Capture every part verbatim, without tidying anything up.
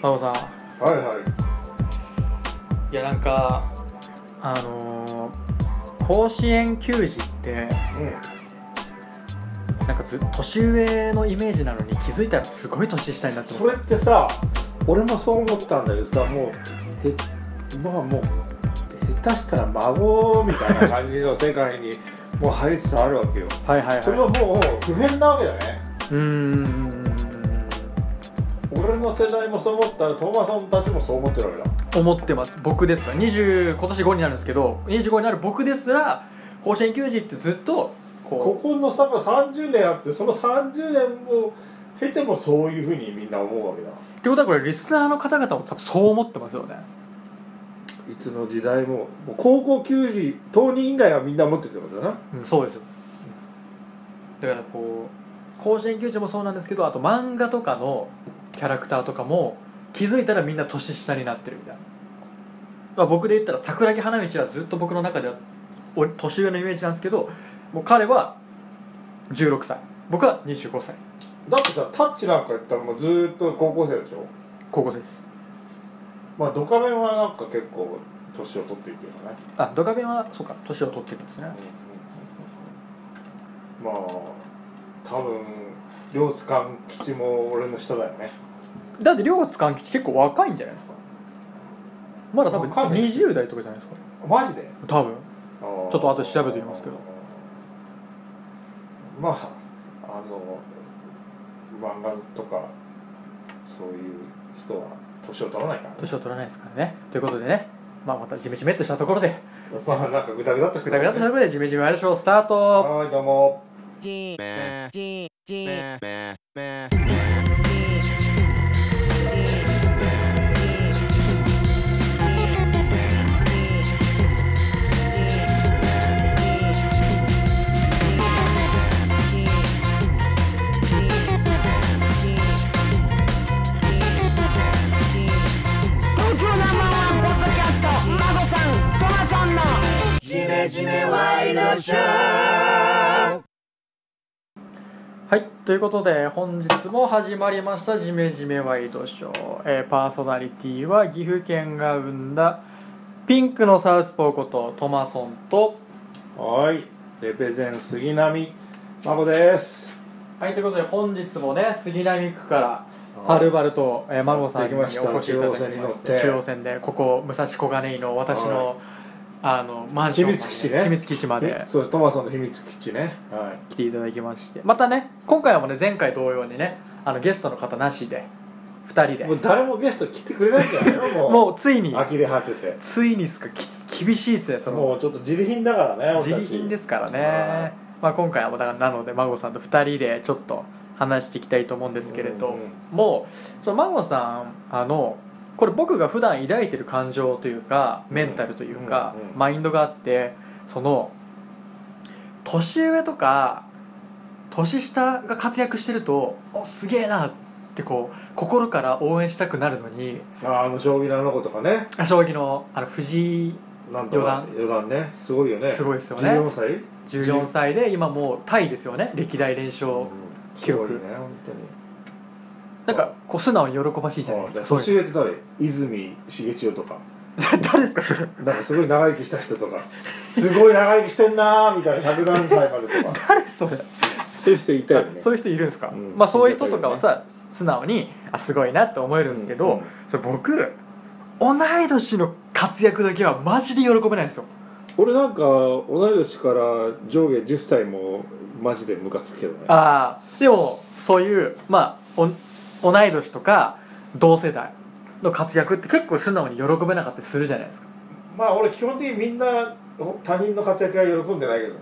真帆さん。 はいはい。 いやなんかあのー、甲子園球児って、うん、なんかず年上のイメージなのに気づいたらすごい年下になってます。 それってさ、俺もそう思ったんだけどさ、もうへまあもう下手したら孫みたいな感じの世界にもう入りつつあるわけよ。 はいはいはい。 それはもう不変なわけだね。 うーん。 俺の世代もそう思ったら、トーマさんたちもそう思ってるわけだ。 思ってます。僕ですらにじゅう今年ごになるんですけど、にじゅうごになる僕ですら甲子園球児ってずっとこうここの差がさんじゅうねんあって、そのさんじゅうねんを経てもそういうふうにみんな思うわけだ。 ってことはこれリスナーの方々も多分そう思ってますよね。 いつの時代も、もう高校球児当人以外はみんな思ってるってことだな。 うん、そうですよ。だからこう甲子園球児もそうなんですけど、あと漫画とかのキャラクターとかも気づいたらみんな年下になってるみたいな。まあ、僕で言ったら桜木花道はずっと僕の中では年上のイメージなんですけど、もう彼はじゅうろくさい、僕はにじゅうごさい。 だってさ、タッチなんかやったらもうずーっと高校生でしょ。 高校生です。 まあドカベンはなんか結構年を取っていくよね。 あ、ドカベンはそうか、年を取ってるんですね。 うんうんうん、まあ多分両津勘吉も俺の下だよね。 だって両津勘吉結構若いんじゃないですか。まだ多分にじゅう代とかじゃないですか。 マジで？ 多分。ちょっと後で調べてみますけど。 まああの漫画とかそういう人は年を取らないからね。 年を取らないですからね。ということでね、まあまたジメジメっとしたところで、 まあなんかグダグダっとした、 ね、グダグダっとしたところでジメジメやりましょう。スタート。 はい、どうも。 ジメジジメメメジメワイドショー。 はい、ということで本日も始まりましたジメジメワイドショー、えー、パーソナリティは岐阜県が生んだピンクのサウスポーことトマソンと、 はい、レペゼン杉並真子です。 はい、ということで本日もね杉並区からはるばると、えー、真子さんにお越しいただきまして、 中央線に乗って中央線でここ武蔵小金井の私の、はい、あのマンション秘密基地ね、 秘密基地まで、 そうトマソンの秘密基地ね、はい、 来ていただきまして、またね今回はもうね前回同様にねあのゲストの方なしでふたりで、 もう誰もゲスト来てくれないんじゃないの？もうもうついに呆れ果てて、 ついにすかき厳しいですね。そのもうちょっと自利品だからね、 自利品ですからね。まあ、今回はもうだからなので孫さんとふたりでちょっと話していきたいと思うんですけれど、うんうん、もうその孫さんあのこれ僕が普段抱いてる感情というかメンタルというか、うんうんうん、マインドがあって、その年上とか年下が活躍してるとおすげえなってこう心から応援したくなるのに、 あ, あの将棋のあの子とかね、 将棋のあの藤井四段四段ね、すごいよね。 すごいですよね。 じゅうよんさいじゅうよんさいで今もうタイですよね、歴代連勝記録、うん、 すごいね本当に。 なんかこう素直に喜ばしいじゃないですか。 年上って誰？泉重千代とか誰ですかそれ？ なんかすごい長生きした人とかすごい長生きしてんなーみたいな、ひゃくなんさいまでとか誰それ？ そういう人いたよね。 そういう人いるんですか、うん、まあそういう人とかはさ、素直にあすごいなって思えるんですけど、うんうん、それ僕同い年の活躍だけはマジで喜べないんですよ。 俺なんか同い年から上下じゅっさいもマジでムカつくけどね。 ああ、でもそういうまあお同い年とか同世代の活躍って結構素直に喜べなかったりするじゃないですか。 まあ俺基本的にみんな他人の活躍は喜んでないけどね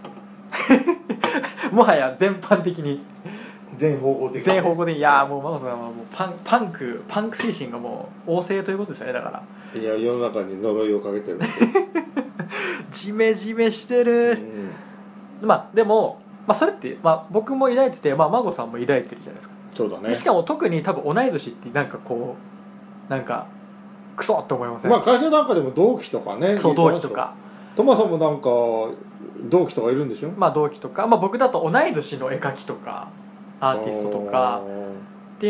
もはや全般的に全方向的に全方向的に、いやもうマコさんはもうパンパンクパンク精神がもう旺盛ということですよね。だからいや世の中に呪いをかけてるジメジメしてる、うん、まあでも、まあ、それって、まあ、僕も抱いてて、まあ、孫さんも抱いてるじゃないですか。 そうだね。 しかも特に多分同い年ってなんかこうなんかクソって思いません？ まあ会社なんかでも同期とかね。 そう同期とか。 トマさんもなんか同期とかいるんでしょ？ まあ同期とか、まあ、僕だと同い年の絵描きとかアーティストとかっていうのは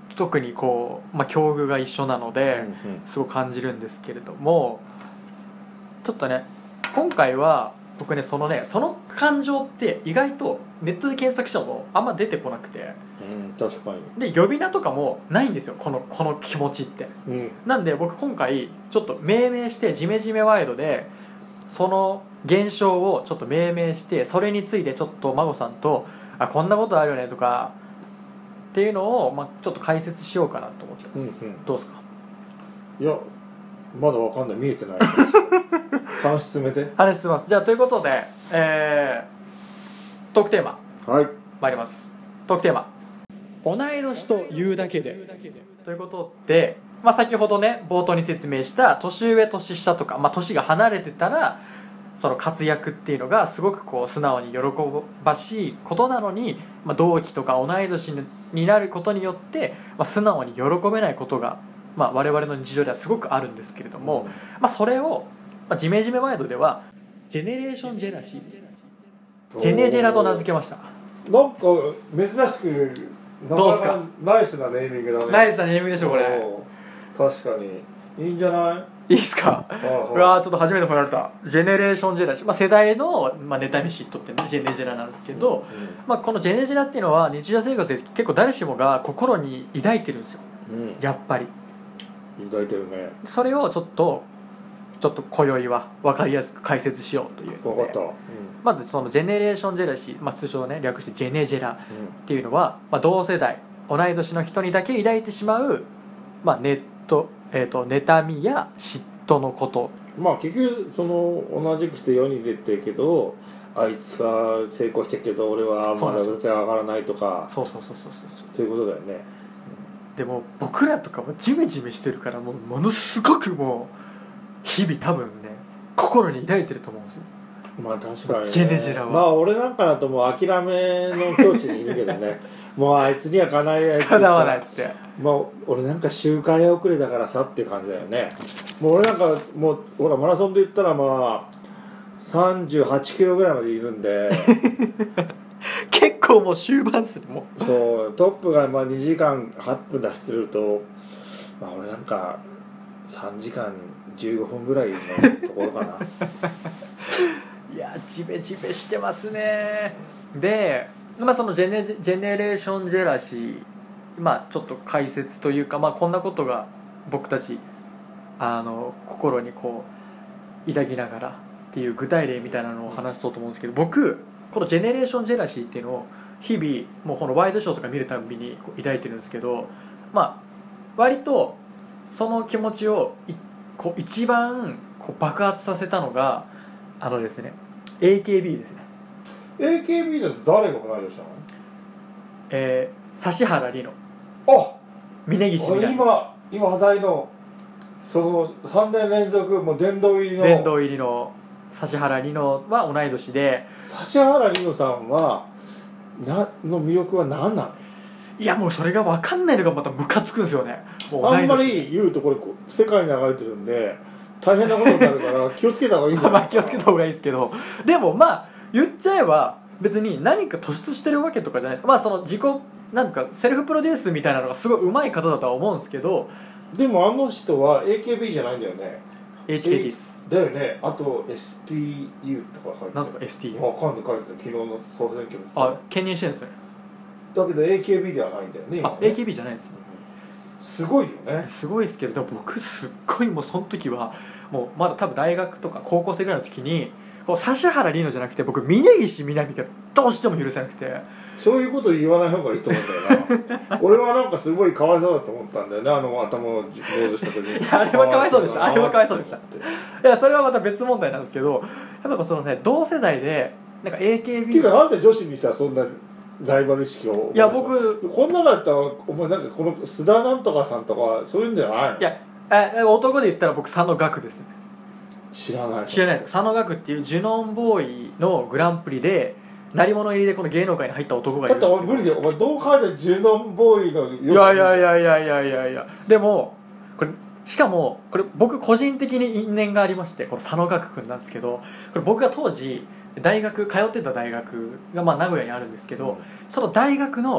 特にこう、まあ、境遇が一緒なので、 うんうんすごく感じるんですけれども、ちょっとね今回は僕ねそのねその感情って意外とネットで検索してもあんま出てこなくて、 うん確かにで呼び名とかもないんですよ、このこの気持ちって。 うんなんで僕今回ちょっと命名してジメジメワイドでその現象をちょっと命名して、それについてちょっと孫さんとあこんなことあるよねとかっていうのを、まあ、ちょっと解説しようかなと思ってます、 うんうんどうですか？ いやまだわかんない見えてない話進めて話します。じゃあということで、えー、トークテーマはい参ります。トークテーマ同い年と言うだけでということで、まあ、先ほどね冒頭に説明した年上年下とか、まあ、年が離れてたらその活躍っていうのがすごくこう素直に喜ばしいことなのに、まあ、同期とか同い年になることによって、まあ、素直に喜べないことが、まあ、我々の日常ではすごくあるんですけれども、まあ、それを、まあ、ジメジメワイドではジェネレーションジェラシージェネジェラと名付けました。 なんか珍しくどうですか？ ナイスなネーミングだね。 ナイスなネーミングでしょこれ。 確かにいいんじゃない？ いいっすか？うわーちょっと初めて褒められた。ジェネレーションジェラシー、まあ、世代の、まあ、妬み嫉妬っていうのでジェネジェラなんですけど、 うんまあ、このジェネジェラっていうのは日常生活で結構誰しもが心に抱いてるんですよ、 うんやっぱり。 抱いてるね。 それをちょっとちょっと今宵は分かりやすく解説しようというので、 分かった、うんまずそのジェネレーションジェラシー、まあ、通称ね略してジェネジェラうんっていうのは、まあ、同世代同い年の人にだけ抱いてしまう、まあ、ネット、えーと、妬みや嫉妬のこと。 まあ結局その同じくして世に出てるけどあいつは成功してるけど俺はまだうつが上がらないとかそうそうそうそうそうそういうことだよね。 でも僕らとかはジメジメしてるからもうものすごくもう日々多分ね心に抱いてると思うんですよ。 まあ確かに、ね、 ジェネジェラはまあ俺なんかだともう諦めの境地にいるけどねもうあいつにはかなえないってかなわないっつって、 まあ俺なんか周回遅れだからさっていう感じだよね。もう俺なんかもうほらマラソンで言ったらまあさんじゅうはちキロぐらいまでいるんで結構もう終盤っすねもう。 そうトップがまあにじかんはっぷん出してると、まあ、俺なんかさんじかんじゅうごふんぐらいのところかないやジメジメしてますね。で、まあ、そのジェネ、ジェネレーションジェラシー、まあ、ちょっと解説というか、まあ、こんなことが僕たちあの心にこう抱きながらっていう具体例みたいなのを話そうと思うんですけど、僕このジェネレーションジェラシーっていうのを日々もうこのワイドショーとか見るたびにこう抱いてるんですけど、まあ割とその気持ちをいこう一番こう爆発させたのがあのですね エーケービー ですね。 エーケービー だと誰が同い年なの？ えー、指原莉乃、 あ峯岸みなみ、 今今話題のそのさんねん連続もう殿堂入りの殿堂入りの指原莉乃は同い年で、 指原莉乃さんはなの魅力は何なの？ いやもうそれが分かんないのがまたムカつくんですよね。もう同い年あんまり言うとこれ世界に流れてるんで大変なことになるから気をつけた方がいいんだまあ気をつけた方がいいですけど、でもまあ言っちゃえば別に何か突出してるわけとかじゃないですか。まあその自己なんですかセルフプロデュースみたいなのがすごい上手い方だとは思うんですけど、 でもあの人は エーケービー じゃないんだよね。 エイチケーティー です。 だよね。あと エスティーユー とか書いてなんですか エスティーユー？ わかんない書いてた昨日の総選挙でさ。 あ兼任してるんですよね。 だけど エーケービー ではないんだよね今ね。 あ エーケービー じゃないです。 すごいよね。 すごいですけど、でも僕すっごいもうその時はもうまだ多分大学とか高校生ぐらいの時にこう指原莉乃じゃなくて僕峯岸みなみがどうしても許せなくて、 そういうこと言わない方がいいと思うんだよな俺はなんかすごいかわいそうだと思ったんだよね、あの頭をロードした時に。 いやあれはかわいそうでした。あれはかわいそうでした。いやそれはまた別問題なんですけど、やっぱそのね同世代でなんか エーケービーっていうかなんで女子にさそんなライバル意識を。 いや僕こんなだったらお前なんかこの須田なんとかさんとかそういうんじゃないの？ いやえ男で言ったら僕佐野岳ですね。 知らない。 知らないですか？佐野岳っていうジュノンボーイのグランプリで鳴り物入りでこの芸能界に入った男がいだってるんですけど、 俺無理だよ。お前どう考えてもジュノンボーイのよくいやいやいやいやいやいやいやでもこれしかもこれ僕個人的に因縁がありまして、この佐野岳くんなんですけど、これ僕が当時大学通ってた大学がまあ名古屋にあるんですけど、 うんその大学の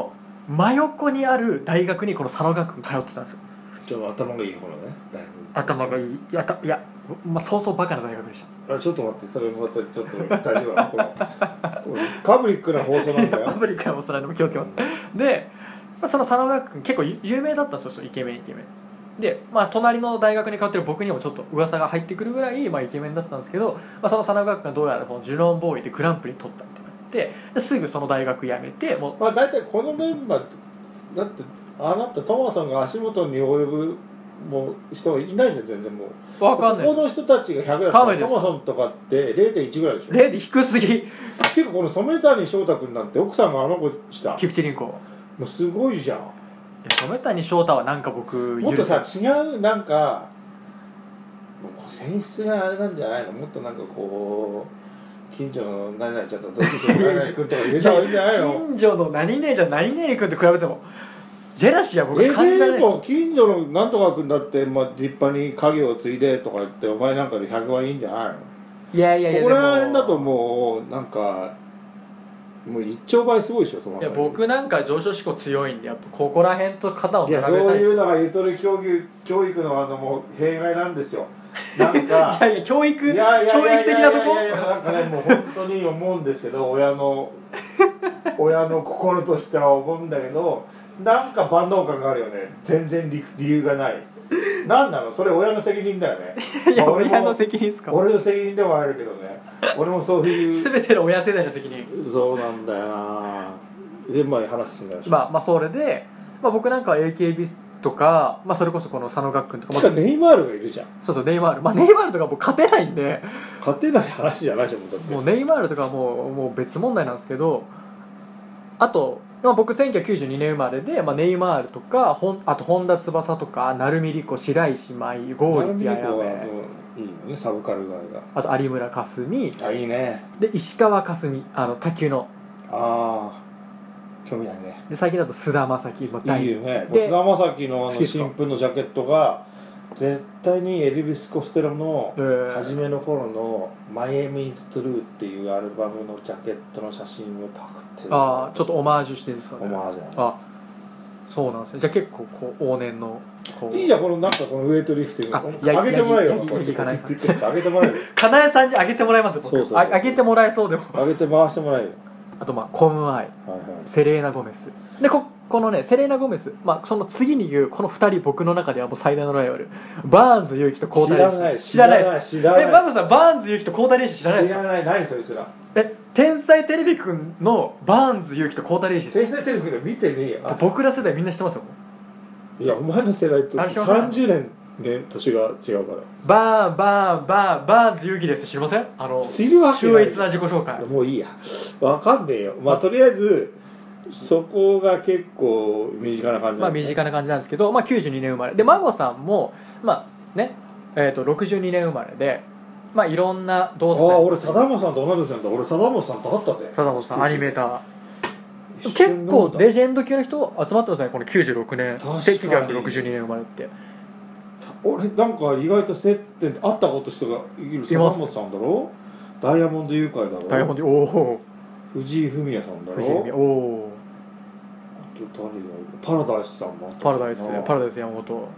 真横にある大学にこの佐野学君通ってたんですよ。 ちょっと頭がいい方のね大学。 頭がいいいやたいや、まあ、そうそうバカな大学でした。 あちょっと待って、それまたちょっと大丈夫なのこのこれパブリックな放送なんだよ。 パブリックなおさらいでも気をつけます。で、まあ、その佐野学君結構有名だったんですよ、イケメンイケメンで、まあ、隣の大学に通ってる僕にもちょっと噂が入ってくるぐらい、まあ、イケメンだったんですけど、まあ、その佐野学君がどうやらこのジュノンボーイでグランプリ取ったってなってですぐその大学辞めてもう、 まあ大体このメンバーだってあなたトマさんが足元に及ぶもう人はいないじゃん全然もう。 分かんないここの人たちがひゃくだったらトマさんとかって れいてんいち ぐらいでしょ。 れいで低すぎ。 結構この染谷翔太君なんて奥さんがあの子した菊池凛子。 もうすごいじゃん。 染谷翔太はなんか僕もっとさ違うなんかもう選出があれなんじゃないの。もっとなんかこう近所の何々ちゃんと同級生の何々君とか入れた方がいいんじゃないの。 近所の何々ちゃん何々君と比べてもジェラシーは僕え感じられないでも近所のなんとか君だって、まあ、立派に家業を継いでとか言ってお前なんかでひゃくばいいいんじゃないの。 いやいやいやここらでも辺だともうなんかもう一丁倍すごいでしょトマいやさん。 僕なんか上昇志向強いんでやっぱここら辺と肩をいやそう並べたいいうのがゆとり教育教育のあのもう弊害なんですよ。なんかいやいや教育いやいや教育的なとこいやいやいやなんかねもう本当に思うんですけど親の親の心としては思うんだけどなんか万能感があるよね。全然 理, 理由がない。なんなのそれ親の責任だよね。 いやまあ俺も親の責任ですか。 俺の責任でもあるけどね。俺もそういう全ての親世代の責任。 そうなんだよな。でまあ話進んだでしょ。 まあまあそれで、まあ、僕なんかは エーケービー とか、まあ、それこそこの佐野学君とか、まあ、 しかネイマールがいるじゃん。 そうそうネイマール、まあ、ネイマールとかもう勝てないんで勝てない話じゃないじゃんもうだって。 もうネイマールとかはもうもう別問題なんですけど、あと、まあ、僕せんきゅうひゃくきゅうじゅうにねん生まれで、まあ、ネイマールとかほんあと本田翼とか成海莉子白石麻衣剛力彩芽、 いいよねサブカル街が。 あと有村架純あいいね。 で石川佳純あの卓球のああ興味ないね。 で最近だと菅田将暉も大いい人気よね。菅で田将暉のあの好きですか新婦のジャケットが絶対にエルビス・コステロのえー初めの頃の「マイ・エム・イズ・トゥルー」っていうアルバムのジャケットの写真をパクってる。 ああちょっとオマージュしてるんですかね。 オマージュだね。 あそうなんですね。じゃあ結構こう往年のこういいじゃんこのなんかこのウエイトリフティングあいや上げてもらえよ。 いやいやいやいやいやピッピッピッピッ上げてもらえよ。 かなえさんにあげてもらいますよ僕。 そうそうそうああげてもらえそうでも上げて回してもらえよ。 あとまあコムアイはいはい。 セレーナ・ゴメスで こ, このねセレーナ・ゴメス、まあ、その次に言うこのふたり僕の中ではもう最大のライバルバーンズ勇気とコータレーシ知らない知らないです知らないえマグさんバーンズ勇気とコータレーシ知らないですか。 知らない何そいつら。 え天才テレビくんのバーンズ勇気とコータレーシです先生テレビで見てねえよ。あ僕ら世代みんな知ってますよ。 いやお前の世代とあれ知らないさんじゅうねんで年が違うからバーンバーンバーンバーンズ勇気ですって知りません。あの知るわけない秀逸な自己紹介。 もういいやわかんねえよ。まあとりあえずそこが結構身近な感じまあなんだね。 身近な感じなんですけど、まあ、きゅうじゅうにねん生まれで孫さんもまあねえー、とろくじゅうにねん生まれでまあいろんな同ああ俺貞本さんと同い年なんだ。俺貞本さんと会ったぜ。 貞本さんアニメーター一緒結に飲んだ構レジェンド級の人集まってますねこのきゅうじゅうろくねん確かにせんきゅうひゃくろくじゅうにねん生まれって俺なんか意外と接点会ったこと人がいる。貞本さんだろ。ダイヤモンド誘拐だろ。 ダイヤモンドおお藤井フミヤさんだろ。 藤井美おおあと誰がいる。パラダイスさんもあったパラダイスパラダイダイス山本ス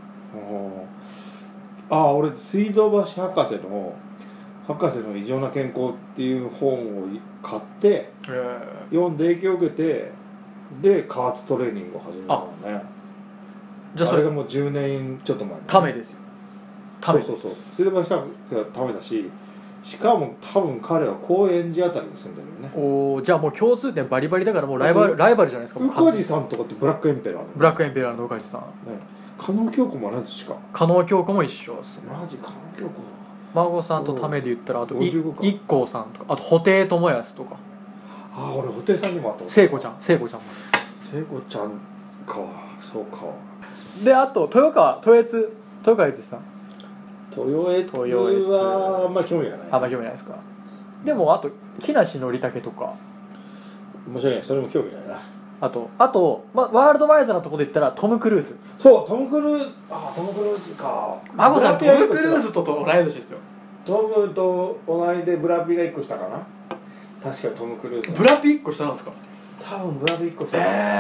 ああ俺水道橋博士の博士の異常な健康っていう本を買ってえ読んで影響を受けてで加圧トレーニングを始めたのね。 ー、じゃあそれあれがもうじゅうねんちょっと前、 ためですよためそうそうそう水道橋博士がためだししかも多分彼は高円寺あたりに住んでるよね。 おおじゃあもう共通点バリバリだからもうライバあとルライバルじゃないですか。 宇梶さんとかってブラックエンペラーの、ね、 ブラックエンペラーの宇梶さん加納京子も同じしか。 加納京子も一緒ですね。 マジ加納京子孫さんとためで言ったらあといごじゅうごか一光さんとかあと布袋寅泰とかああ俺布袋さんにもあった聖子ちゃん聖子ちゃんも聖子ちゃんかそうか。 であと豊川豊悦豊川悦司さん豊悦豊悦はあんまり興味がない。 あんま興味ないですか。でもあと木梨憲武とか申し訳ないそれも興味ないな。 あとあと、ま、ワールドワイズなところで言ったらトム・クルーズ。 そうトム・クルーズあトム・クルーズか。 孫さんトム・クルーズズと同い年ですよ。 トムと同いでブラピがいっこしたかな。確かにトム・クルーズブラピいっこ下なんですか。 多分ブラピいっこした、 え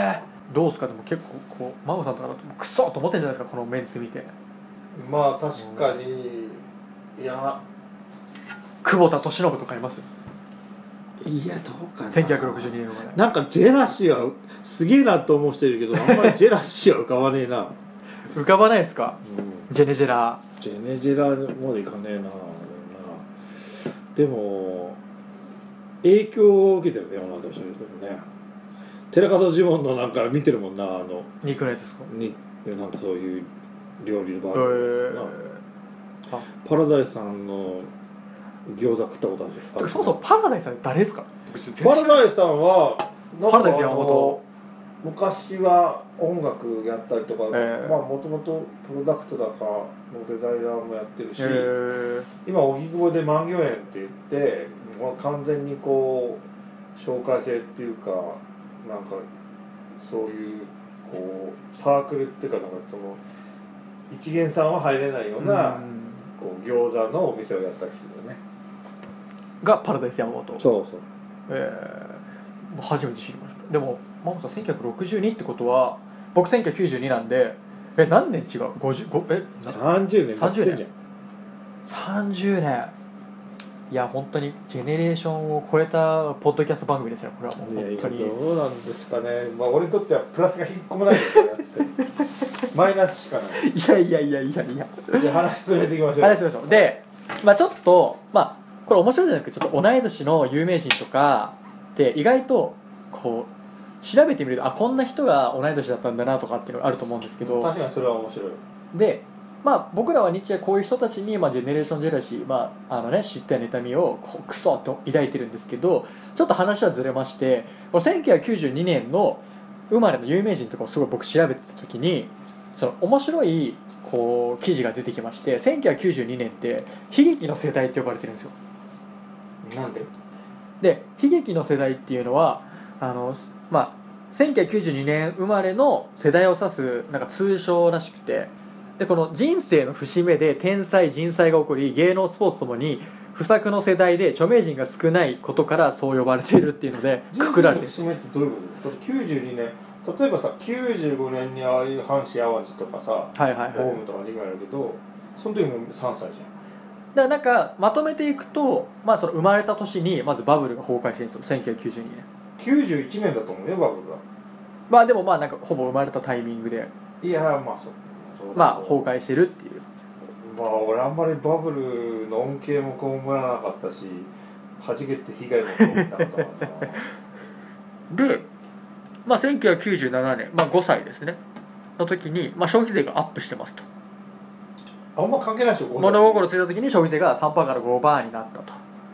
どうですか？でも結構こう真帆さんとかだとクソと思ってるんじゃないですか、このメンツ見て。 まあ確かに、いや久保田利伸とかいます？ いやどうかな、 せんきゅうひゃくろくじゅうにねん生まれ。 なんかジェラシーはすげえなと思う人いるけど、あんまりジェラシーは浮かばねえな、 浮かばないですか？ うん、 ジェネジェラジェネジェラまでいかねえな。でも影響を受けてるね、山田敏郎とかね。寺門ジモンのなんか見てるもんな、あの肉のやつですか？ になんかそういう料理のバえーですな、 ー、あパラダイスさんの餃子食ったことあるでしょ。 そもそもパラダイスさん誰ですか？ パラダイスさんはなんかパラダイス山本、 昔は音楽やったりとか、 えー、 まあもともとプロダクトだかのデザイナーもやってるし、 えー、 今荻窪で万魚園って言ってもう完全にこう紹介制っていうか、なんかそういうこうサークルっていうか、なんかその一元さんは入れないような、うん、こう餃子のお店をやったりしてるよね。 がパラダイス山本。 そうそう。 えー、初めて知りました。でも真帆さんせんきゅうひゃくろくじゅうにってことは僕せんきゅうひゃくきゅうじゅうになんで、え何年違う？ごじゅうごえさんじゅうねんさんじゅうねんさんじゅうねん。いや本当にジェネレーションを超えたポッドキャスト番組ですよ、これはもう本当に。 いやいやどうなんですかね。まあ俺にとってはプラスが一個もないですよマイナスしかない。 いやいやいやいやいやで話進めていきましょう。 話進めましょう。で、まあちょっとまあこれ面白いじゃないですか。ちょっと同い年の有名人とかって意外とこう調べてみると、あこんな人が同い年だったんだなとかっていうのがあると思うんですけど、 確かにそれは面白い。 でまあ僕らは日夜こういう人たちに、まあ、ジェネレーションジェラシー、まああのね、知った妬みをこうクソと抱いてるんですけど、ちょっと話はずれまして、これせんきゅうひゃくきゅうじゅうにねんの生まれの有名人とかをすごい僕調べてた時に、その面白いこう記事が出てきまして、せんきゅうひゃくきゅうじゅうにねんって悲劇の世代って呼ばれてるんですよ。 なんで？ で悲劇の世代っていうのはあの、まあ、せんきゅうひゃくきゅうじゅうにねん生まれの世代を指すなんか通称らしくて、でこの人生の節目で天災人災が起こり、芸能スポーツともに不作の世代で著名人が少ないことからそう呼ばれているっていうのでくくられてる。 人生の節目ってどういうこと？だってきゅうじゅうにねん、例えばさきゅうじゅうごねんにああいう阪神・淡路とかさ、 はいはいはい、 ホームとかにがあるけど、その時もさんさいじゃん。 だからなんかまとめていくと、まあ、その生まれた年にまずバブルが崩壊してるんですよ、せんきゅうひゃくきゅうじゅうにねん。 きゅうじゅういちねんだと思うよ、バブルが。 まあでもまあなんかほぼ生まれたタイミングで、 いやまあそうそうまあ崩壊してるっていう。 まあ俺あんまりバブルの恩恵も被らなかったし、弾けて被害も被らなかったからなで、まあ、せんきゅうひゃくきゅうじゅうななねん、まあ、ごさいですねの時に、まあ、消費税がアップしてますと。 あんま関係ないでしょ。 物心ついた時に消費税が さんパーセント から ごパーセント になったと。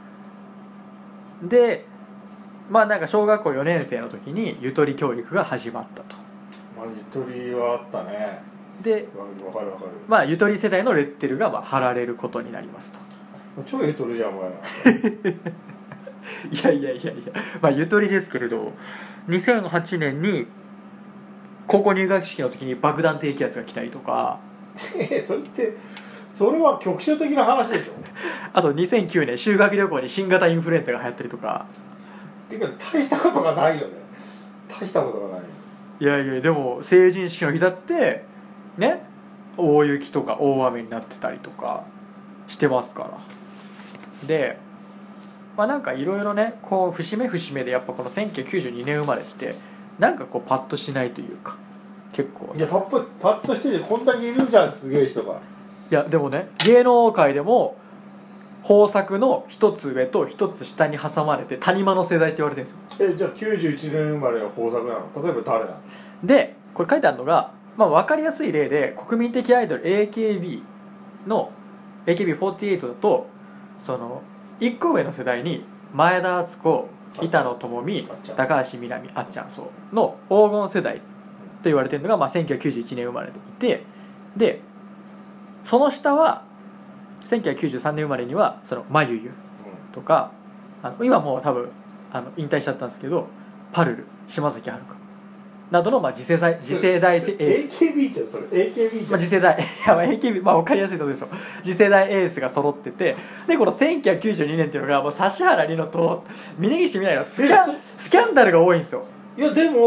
でまあなんか小学校よねん生の時にゆとり教育が始まったと。 まあゆとりはあったね。 でわかるわかる。 まあゆとり世代のレッテルがまあ貼られることになりますと。 超ゆとりじゃんお前らいやいやいやいや、まあゆとりですけれど、にせんはちねんに高校入学式の時に爆弾低気圧が来たりとかえそれってそれは局所的な話でしょ。 あとにせんきゅうねん修学旅行に新型インフルエンザが流行ったりとか。 っていうか大したことがないよね。大したことがない。 いやいやでも成人式の日だってね、大雪とか大雨になってたりとかしてますから。でまあなんかいろいろね、こう節目節目でやっぱこのせんきゅうひゃくきゅうじゅうにねん生まれってなんかこうパッとしないというか、結構いやパッとパッとしててこんだけいるじゃん、すげえ人が。 いやでもね、芸能界でも豊作の一つ上と一つ下に挟まれて谷間の世代って言われてるんですよ。 えじゃあきゅうじゅういちねん生まれは豊作なの？例えば誰なの？ でこれ書いてあるのが、まあ、分かりやすい例で国民的アイドル エーケービー の エーケービーフォーティーエイト だと、そのいっこ上の世代に前田敦子、板野友美、高橋みなみ、あっちゃんそうの黄金世代と言われてるのが、まあ、せんきゅうひゃくきゅうじゅういちねん生まれでいて、でその下はせんきゅうひゃくきゅうじゅうさんねん生まれにはそのまゆゆとか、あの今もう多分あの引退しちゃったんですけどパルル、島崎遥香などのまあ次世代次世代エースエーケービー じゃんそれ エーケービー じゃん、 まあ、次世代いやまあ エーケービー まあ分かりやすいところですよ。次世代エースが揃ってて、でこのせんきゅうひゃくきゅうじゅうにねんっていうのがもう指原莉乃と峯岸みなみのスキャンスキャンダルが多いんですよ。 いやでも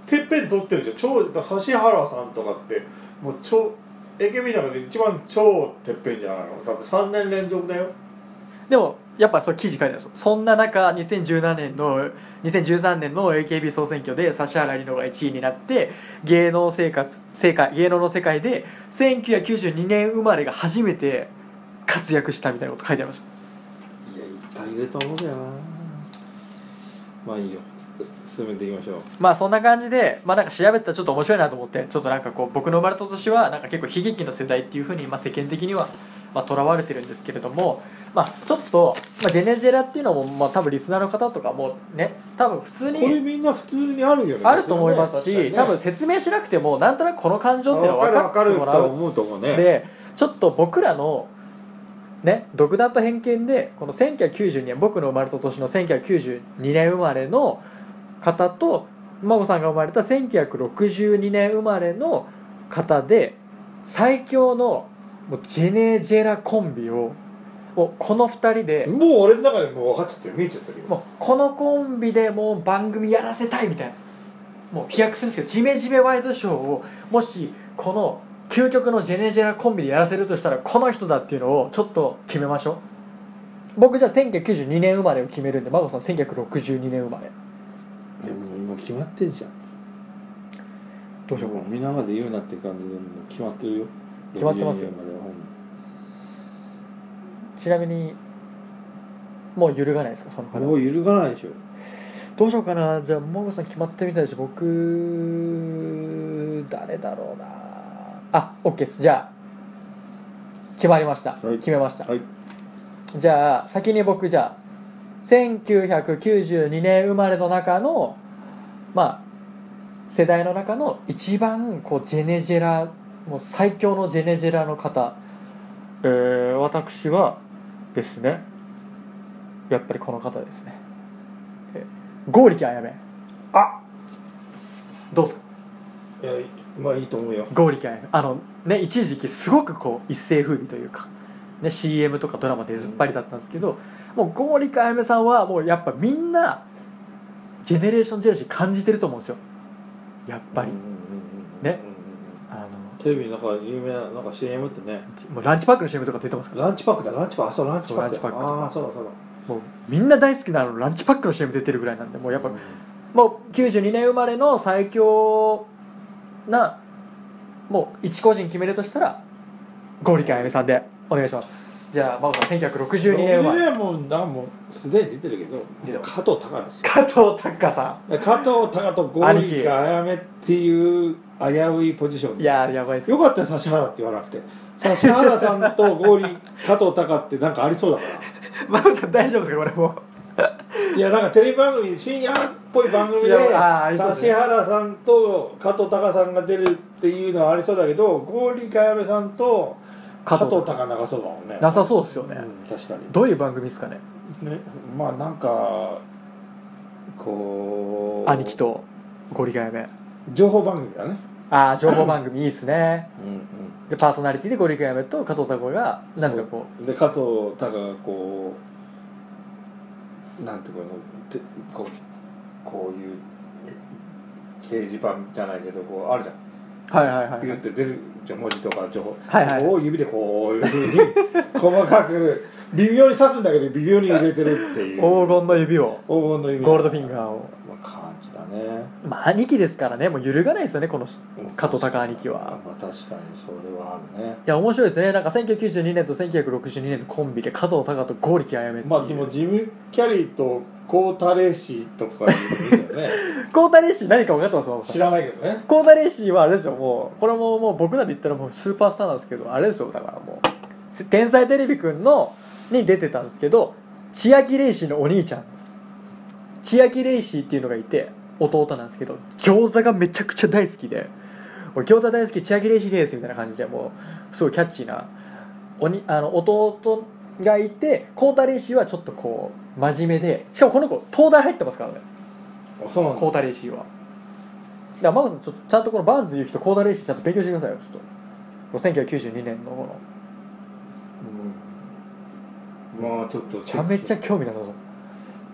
てっぺん取ってるじゃん。超だ指原さんとかってもう超 エーケービー の中で一番超てっぺんじゃないの。だってさんねん連続だよ。 でもやっぱそう記事書いてあるんですよ。そんな中にせんじゅうななねんのにせんじゅうさんねんの エーケービー 総選挙で指原莉乃がいちいになって芸能生活世界芸能の世界でせんきゅうひゃくきゅうじゅうにねん生まれが初めて活躍したみたいなこと書いてあります。 いやいっぱいいると思うんだよな。まあいいよ、進めていきましょう。 まあそんな感じで、まあなんか調べてたらちょっと面白いなと思って、ちょっとなんかこう僕の生まれた年はなんか結構悲劇の世代っていう風にまあ世間的にはまあ囚われてるんですけれども、まあちょっと、まあ、ジェネジェラっていうのもまあ多分リスナーの方とかもね、多分普通にこれみんな普通にあるよね。 あると思いますし、 ね、 多分説明しなくてもなんとなくこの感情っていうのは分かってもらうと思うと思うね。 で、ちょっと僕らのね、独断と偏見でこのせんきゅうひゃくきゅうじゅうにねん、僕の生まれた年のせんきゅうひゃくきゅうじゅうにねん生まれの方と孫さんが生まれたせんきゅうひゃくろくじゅうにねん生まれの方で最強のもうジェネジェラコンビをもうこのふたりでもう俺の中でもう分かっちゃってる、見えちゃったけど、 もうこのコンビでもう番組やらせたいみたいな、もう飛躍するんですけど、ジメジメワイドショーをもしこの究極のジェネジェラコンビでやらせるとしたらこの人だっていうのをちょっと決めましょう。僕じゃあせんきゅうひゃくきゅうじゅうにねん生まれを決めるんで、孫さんせんきゅうひゃくろくじゅうにねん生まれ。 いやもう今決まってんじゃん。 どうしようかな。 みんなまで言うなって感じでもう決まってるよ。 決まってますよ。ちなみにもう揺るがないですか、その方。 もう揺るがないでしょ。 どうしようかな。じゃあ孫さん決まってみたいし、僕誰だろうなあ。 OK です。じゃあ決まりました、はい、決めました、はい、じゃあ先に僕じゃあせんきゅうひゃくきゅうじゅうにねん生まれの中のまあ世代の中の一番こうジェネジェラ、もう最強のジェネジェラの方、えー、私はですね、やっぱりこの方ですね、剛力彩芽。 あ、 どうですか。 いや、まあいいと思うよ。 剛力彩芽、あのね、一時期すごくこう一世風靡というか、ね、シーエム とかドラマでずっぱりだったんですけど、うん、もう剛力彩芽さんはもうやっぱみんなジェネレーションジェラシー感じてると思うんですよ、やっぱり、うんうんうんうん、ね、あのテレビなんか有名ななんか シーエム ってね、 もうランチパックの シーエム とか出てますから。 ランチパックだ、ランチパック、あ、そうランチパック、 ランチパックとか、 あ、そうだそうだ、 もうみんな大好きなのランチパックの シーエム 出てるぐらいなんで、もうやっぱ、うん、もうきゅうじゅうにねん生まれの最強な、もう一個人決めるとしたら剛力彩芽さんでお願いします。じゃあ真央さんせんきゅうひゃくろくじゅうにねん生まれ。 もうだもうすでに出てるけど、加藤隆ですよ。 加藤隆さん、 加藤隆と剛力彩芽っていう危ういポジション。 いややばいっす。 よかったよ指原って言わなくて、指原さんと剛力加藤隆ってなんかありそうだから真央さん大丈夫ですかこれ。もういやなんかテレビ番組、深夜っぽい番組で指原さんと加藤隆さんが出るっていうのはありそうだけど、剛力彩芽さんと加藤隆なさそうだもんね。 なさそうですよね、うん、 確かに。 どういう番組ですかね。 ね、まあなんかこう兄貴と剛力彩芽、 情報番組だね。 ああ情報番組いいっすねうん、うん、 でパーソナリティで剛力彩芽と加藤隆がなんですかこうで加藤隆がこうなんていうのてこうこういう掲示板じゃないけどこうあるじゃん。 はいはいはい、 ピュって出るじゃん文字とか情報、 はいはい、 そこを指でこういうふうに細かく微妙に刺すんだけど微妙に入れてるっていう黄金の指を黄金の指ゴールドフィンガーを、 まあ、感じだね。 まあ兄貴ですからね、もう揺るがないですよねこの加藤隆兄貴は。 まあ確かにそれはあるね。 いや面白いですね。なんかせんきゅうひゃくきゅうじゅうにねんとせんきゅうひゃくろくじゅうにねんのコンビで加藤隆と剛力彩芽っていう。 まあでもジム・キャリーとコータレーシーとか言うんだよねコータレーシー何か分かってますか。 知らないけどね。 コータレーシーはあれですよ、もうこれももう僕らで言ったらもうスーパースターなんですけど、あれですよ、だからもう天才テレビくんのに出てたんですけど、千秋レイシーのお兄ちゃんですよ。千秋レイシーっていうのがいて弟なんですけど、餃子がめちゃくちゃ大好きで、餃子大好き千秋レイシーですみたいな感じで、もうすごいキャッチーなおにあの弟がいて、コータレイシーはちょっとこう真面目で、しかもこの子東大入ってますからね。 あ、そうなんだ。 コータレイシーは。だからマコさんちょっとちゃんとこのバーンズいう人コータレイシーちゃんと勉強してくださいよ。ちょっとせんきゅうひゃくきゅうじゅうにねんのこの、 うん、まあちょっとめちゃめちゃ興味なさそう。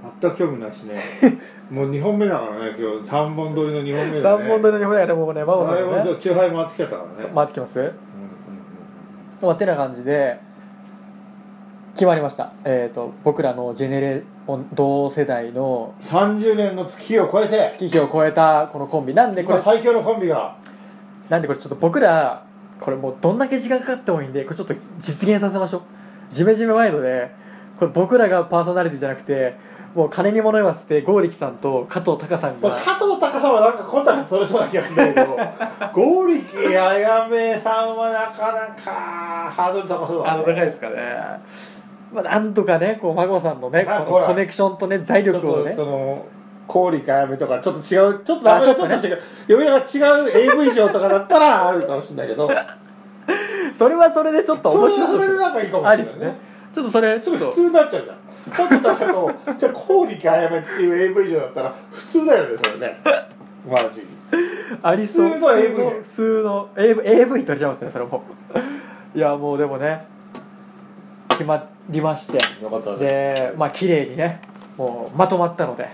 全く興味ないしねもうにほんめだからね今日さんぼん撮りのにほんめだねさんぼん撮りのにほんめだねもうね真帆さんのねチューハイ回ってきちゃったからね回ってきます、うんうんうん、まあてな感じで決まりました、えー、と僕らのジェネレ同世代のさんじゅうねんの月日を超えて月日を超えたこのコンビなんでこれ最強のコンビがなんでこれちょっと僕らこれもうどんだけ時間かかってもいいんでこれちょっと実現させましょうジメジメワイドでこれ僕らがパーソナリティじゃなくてもう金に物言わせて剛力さんと加藤隆さんが加藤隆さんはなんかコンタクト取れそうな気がするんだけど剛力あやめさんはなかなかハードル高そうだねあの高いですかね、まあ、なんとかねこう孫さんのねこのコネクションとね財力をねその剛力あやめとかちょっと違うちょっと名前がちょっと違う読みながら違う エーブイ 上とかだったらあるかもしれないけどそれはそれでちょっと面白そうそれでなんかいいかもしれない、ね、 ありですねちょっとそれちょっと普通になっちゃうじゃんちょっとだけどじゃあ剛力あやめっていう エーブイ 上だったら普通だよねそれねマジありそう普通の エーブイ普通の エーブイ エーブイ 取れちゃいますねそれもいやもうでもね決まりましてよかったですでまあ綺麗にねもうまとまったので、うん、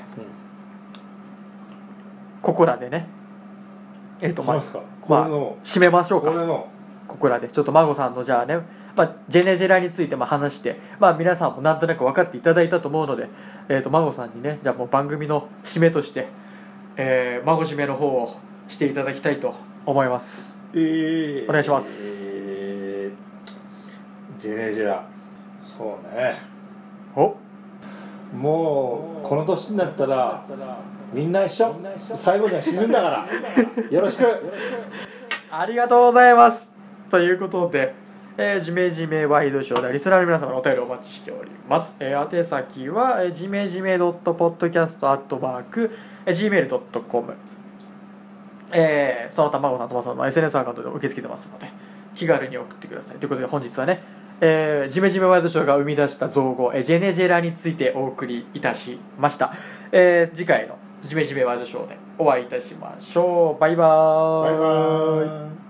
ここらでねえっ、ー、とまあまあ締めましょうかここらでちょっと孫さんのじゃあねまあ、ジェネジェラについても話して、まあ、皆さんもなんとなく分かっていただいたと思うので、えー、と孫さんにねじゃあもう番組の締めとして、えー、孫締めの方をしていただきたいと思います、えー、お願いします、 えー、ジェネジェラそうねおもうこの年になったらみんな一緒最後には死ぬんだからよろしくありがとうございますということでえー、ジメジメワイドショーではリスナーの皆様のお便りをお待ちしております、えー、宛先は、えー、ジメジメ .podcast アットマーク ジーメールドットコム、えー、その他孫さんとまさんの エスエヌエス アカウントで受け付けてますので気軽に送ってくださいということで本日はね、えー、ジメジメワイドショーが生み出した造語、えー、ジェネジェラについてお送りいたしました、えー、次回のジメジメワイドショーでお会いいたしましょう。バイバーイ。 バイバーイ。